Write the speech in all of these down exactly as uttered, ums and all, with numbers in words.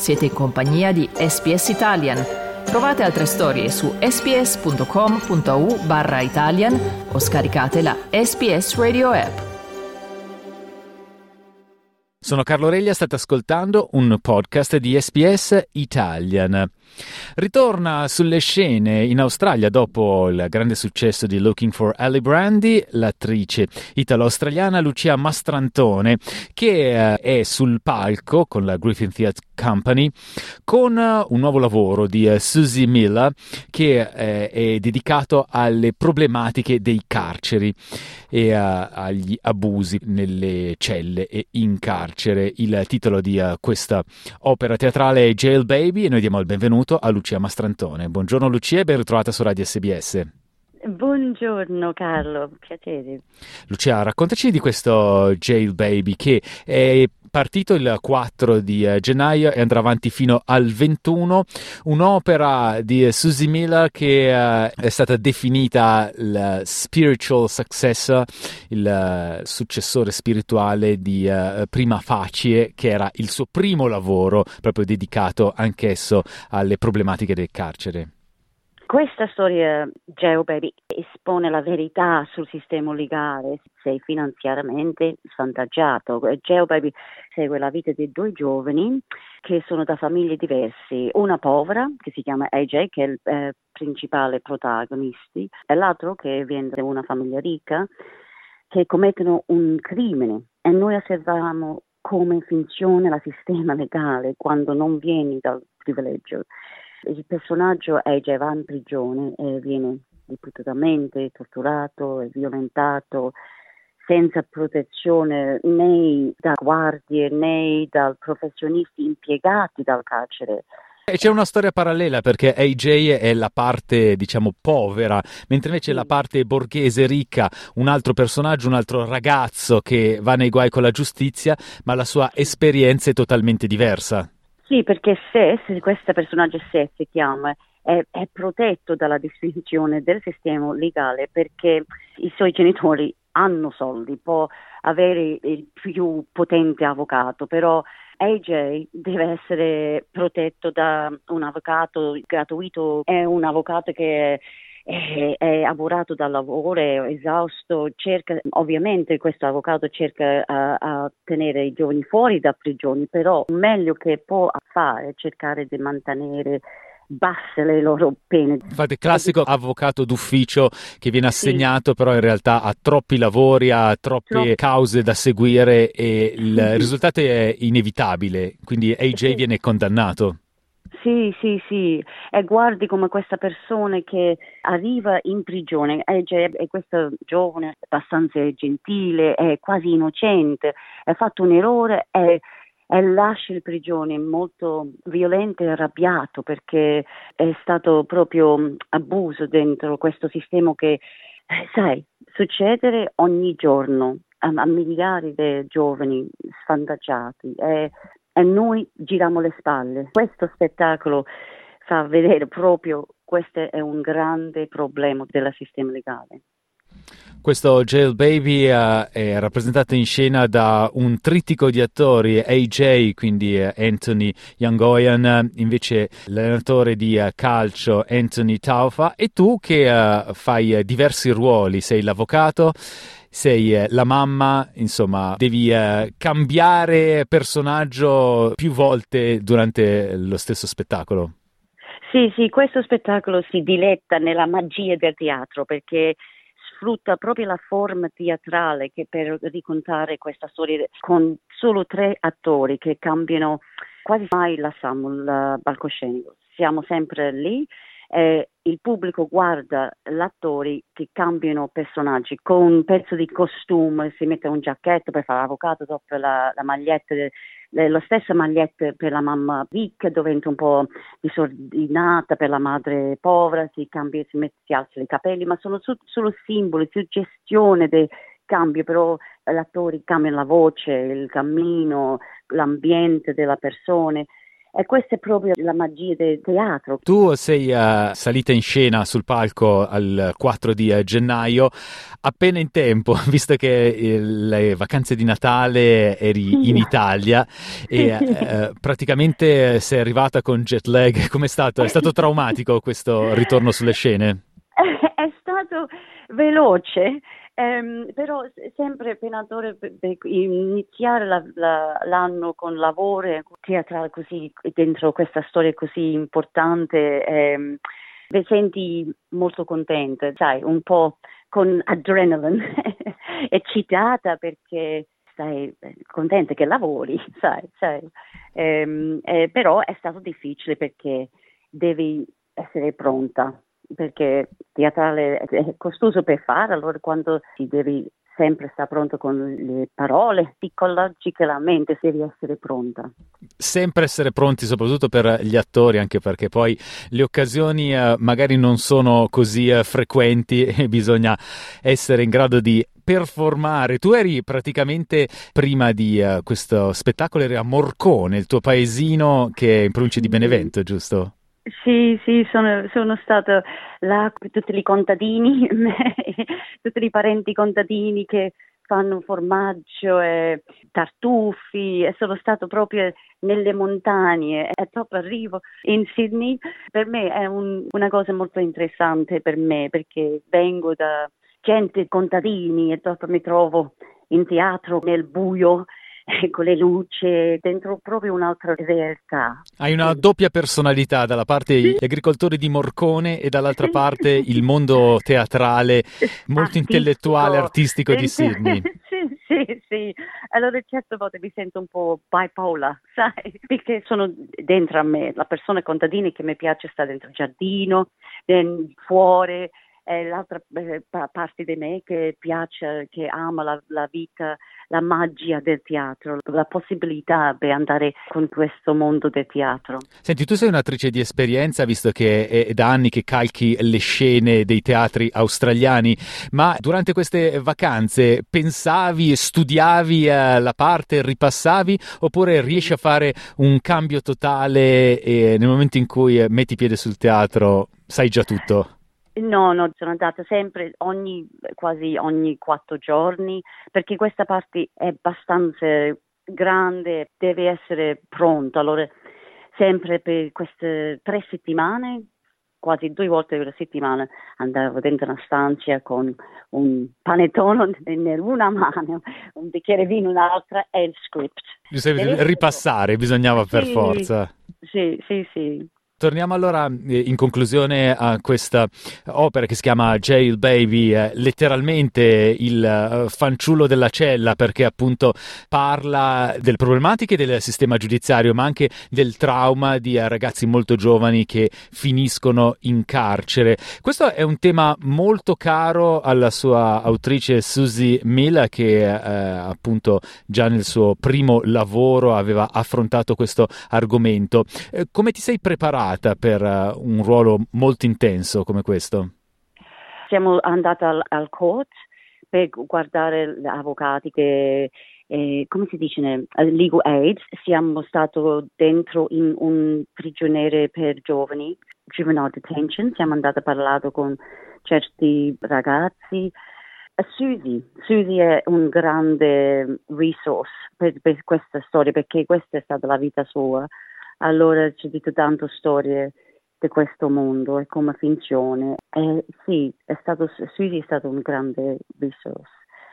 Siete in compagnia di S B S Italian. Trovate altre storie su sbs.com.au barra Italian o scaricate la S B S Radio app. Sono Carlo Reglia, state ascoltando un podcast di S B S Italian. Ritorna sulle scene in Australia dopo il grande successo di Looking for Ali Brandy l'attrice italo-australiana Lucia Mastrantone, che eh, è sul palco con la Griffin Theatre Company con uh, un nuovo lavoro di uh, Susie Miller che uh, è dedicato alle problematiche dei carceri e uh, agli abusi nelle celle e in carcere. Il titolo di uh, questa opera teatrale è Jail Baby e noi diamo il benvenuto a Lucia Mastrantone. Buongiorno Lucia e ben ritrovata su Radio S B S. Buongiorno Carlo, piacere. Lucia, raccontaci di questo Jail Baby che è partito il quattro di gennaio e andrà avanti fino al ventuno, un'opera di Susie Miller che uh, è stata definita il spiritual successor, il uh, successore spirituale di uh, Prima Facie, che era il suo primo lavoro proprio dedicato anch'esso alle problematiche del carcere. Questa storia, Jail Baby, espone la verità sul sistema legale, se finanziariamente svantaggiato. Jail Baby segue la vita di due giovani che sono da famiglie diverse, una povera che si chiama A J, che è il eh, principale protagonista, e l'altro che viene da una famiglia ricca, che commettono un crimine, e noi osserviamo come funziona il sistema legale quando non vieni dal privilegio. Il personaggio A J va in prigione e viene ripetutamente torturato e violentato senza protezione né da guardie né da professionisti impiegati dal carcere. E c'è una storia parallela perché A J è la parte, diciamo, povera, mentre invece la parte borghese ricca, un altro personaggio, un altro ragazzo che va nei guai con la giustizia, ma la sua esperienza è totalmente diversa. Sì, perché Seth, questo personaggio Seth si chiama, è, è protetto dalla distinzione del sistema legale perché i suoi genitori hanno soldi, può avere il più potente avvocato, però A J deve essere protetto da un avvocato gratuito, è un avvocato che è, è avvorato dal lavoro, è esausto, cerca, ovviamente questo avvocato cerca a, a tenere i giovani fuori da prigioni, però meglio che può fare è cercare di mantenere basse le loro pene. Infatti il classico avvocato d'ufficio che viene assegnato, sì, però in realtà ha troppi lavori, ha troppe Troppo. cause da seguire e il sì. risultato è inevitabile, quindi A J sì. viene condannato. Sì, sì, sì, e guardi come questa persona che arriva in prigione, A J è questo giovane abbastanza gentile, è quasi innocente, ha fatto un errore e, e lascia il prigione molto violento e arrabbiato perché è stato proprio abuso dentro questo sistema che, sai, succede ogni giorno a, a migliaia di giovani svantaggiati. E, E noi giriamo le spalle. Questo spettacolo fa vedere proprio questo è un grande problema del sistema legale. Questo Jail Baby uh, è rappresentato in scena da un trittico di attori, A J, quindi uh, Anthony Yangoyan, invece l'allenatore di uh, calcio Anthony Taufa, e tu che uh, fai uh, diversi ruoli, sei l'avvocato, sei eh, la mamma, insomma, devi eh, cambiare personaggio più volte durante lo stesso spettacolo. Sì, sì, questo spettacolo si diletta nella magia del teatro perché sfrutta proprio la forma teatrale che per raccontare questa storia con solo tre attori che cambiano, quasi mai lasciamo il palcoscenico, siamo sempre lì. Eh, il pubblico guarda gli attori che cambiano personaggi con un pezzo di costume, si mette un giacchetto per fare l'avvocato, dopo la, la maglietta, le, la stessa maglietta per la mamma ricca diventa un po' disordinata, per la madre povera si cambia, si, mette, si alza i capelli, ma sono su, solo simboli, suggestione del cambio, però gli attori cambiano la voce, il cammino, l'ambiente della persona. E questa è proprio la magia del teatro. Tu sei uh, salita in scena sul palco al quattro di gennaio appena in tempo, visto che eh, le vacanze di Natale eri Sì. in Italia e uh, praticamente sei arrivata con jet lag. Com'è stato? È stato traumatico questo ritorno sulle scene? È stato veloce. Um, però sempre penatore per, per iniziare la, la, l'anno con lavoro teatrale così dentro questa storia così importante, um, vi senti molto contenta, sai, un po' con adrenaline, eccitata perché stai contenta che lavori, sai, sai. Um, eh, però è stato difficile perché devi essere pronta. Perché teatrale è costoso per fare, allora quando ti devi sempre stare pronto con le parole, psicologicamente devi essere pronta. Sempre essere pronti, soprattutto per gli attori, anche perché poi le occasioni eh, magari non sono così eh, frequenti e bisogna essere in grado di performare. Tu eri praticamente, prima di uh, questo spettacolo, eri a Morcone, il tuo paesino che è in provincia di Benevento, giusto? Sì, sì, sono, sono stata là con tutti i contadini, tutti i parenti contadini che fanno formaggio e tartufi e sono stata proprio nelle montagne e dopo arrivo in Sydney. Per me è un, una cosa molto interessante per me perché vengo da gente contadini e dopo mi trovo in teatro nel buio con le luci, dentro proprio un'altra realtà. Hai una doppia personalità, dalla parte gli agricoltori di Morcone e dall'altra parte il mondo teatrale molto artistico, intellettuale, artistico di Sydney. Sì, sì, sì. Allora certe volte mi sento un po' bipolar, sai? Perché sono dentro a me, la persona contadina che mi piace stare dentro il giardino, fuori, e l'altra parte di me che piace, che ama la, la vita, la magia del teatro, la possibilità di andare con questo mondo del teatro. Senti, tu sei un'attrice di esperienza, visto che è da anni che calchi le scene dei teatri australiani, ma durante queste vacanze pensavi, studiavi eh, la parte, ripassavi, oppure riesci a fare un cambio totale e nel momento in cui metti piede sul teatro sai già tutto? No, no, sono andata sempre ogni, quasi ogni quattro giorni, perché questa parte è abbastanza grande, deve essere pronta. Allora, sempre per queste tre settimane, quasi due volte per settimana, andavo dentro una stanza con un panettone in una mano, un bicchiere di vino in un'altra e il script. Bisogna ripassare, bisognava per sì, forza. Sì, sì, sì. Torniamo allora in conclusione a questa opera che si chiama Jail Baby, eh, letteralmente il uh, fanciullo della cella, perché appunto parla delle problematiche del sistema giudiziario, ma anche del trauma di uh, ragazzi molto giovani che finiscono in carcere. Questo è un tema molto caro alla sua autrice Susie Miller, che uh, appunto già nel suo primo lavoro aveva affrontato questo argomento. Uh, come ti sei preparato per uh, un ruolo molto intenso come questo? Siamo andati al, al court per guardare gli avvocati che, eh, come si dice, legal aid. Siamo stati dentro in un prigioniere per giovani, juvenile detention. Siamo andati a parlare con certi ragazzi. Susie, Susie è un grande resource per, per questa storia, perché questa è stata la vita sua. Allora ci dite tante storie di questo mondo e come funziona. E sì, è stato, Susie è stato un grande resource.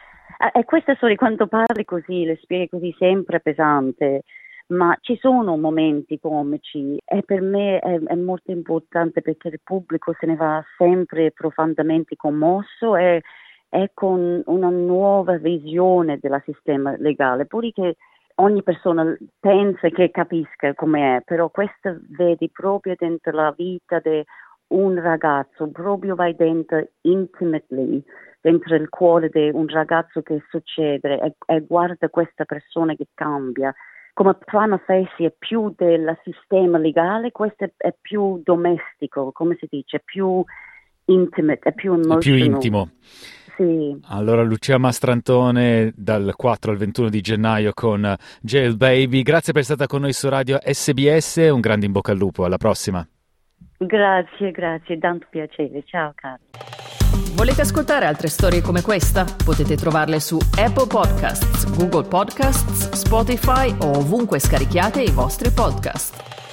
E questa storia, quando parli così, le spieghi così, sempre pesante, ma ci sono momenti comici e per me è, è molto importante perché il pubblico se ne va sempre profondamente commosso e, e con una nuova visione del sistema legale, pure che ogni persona pensa che capisca com'è, però questo vedi proprio dentro la vita di un ragazzo, proprio vai dentro intimately, dentro il cuore di un ragazzo che succede e, e guarda questa persona che cambia. Come prima facie è più del sistema legale, questo è, è più domestico, come si dice, più intimate, è più emotional. È più intimo. Sì. Allora Lucia Mastrantone dal quattro al ventuno di gennaio con Jail Baby. Grazie per essere stata con noi su Radio S B S, un grande in bocca al lupo, alla prossima. Grazie, grazie, tanto piacere. Ciao Carlo. Volete ascoltare altre storie come questa? Potete trovarle su Apple Podcasts, Google Podcasts, Spotify o ovunque scarichiate i vostri podcast.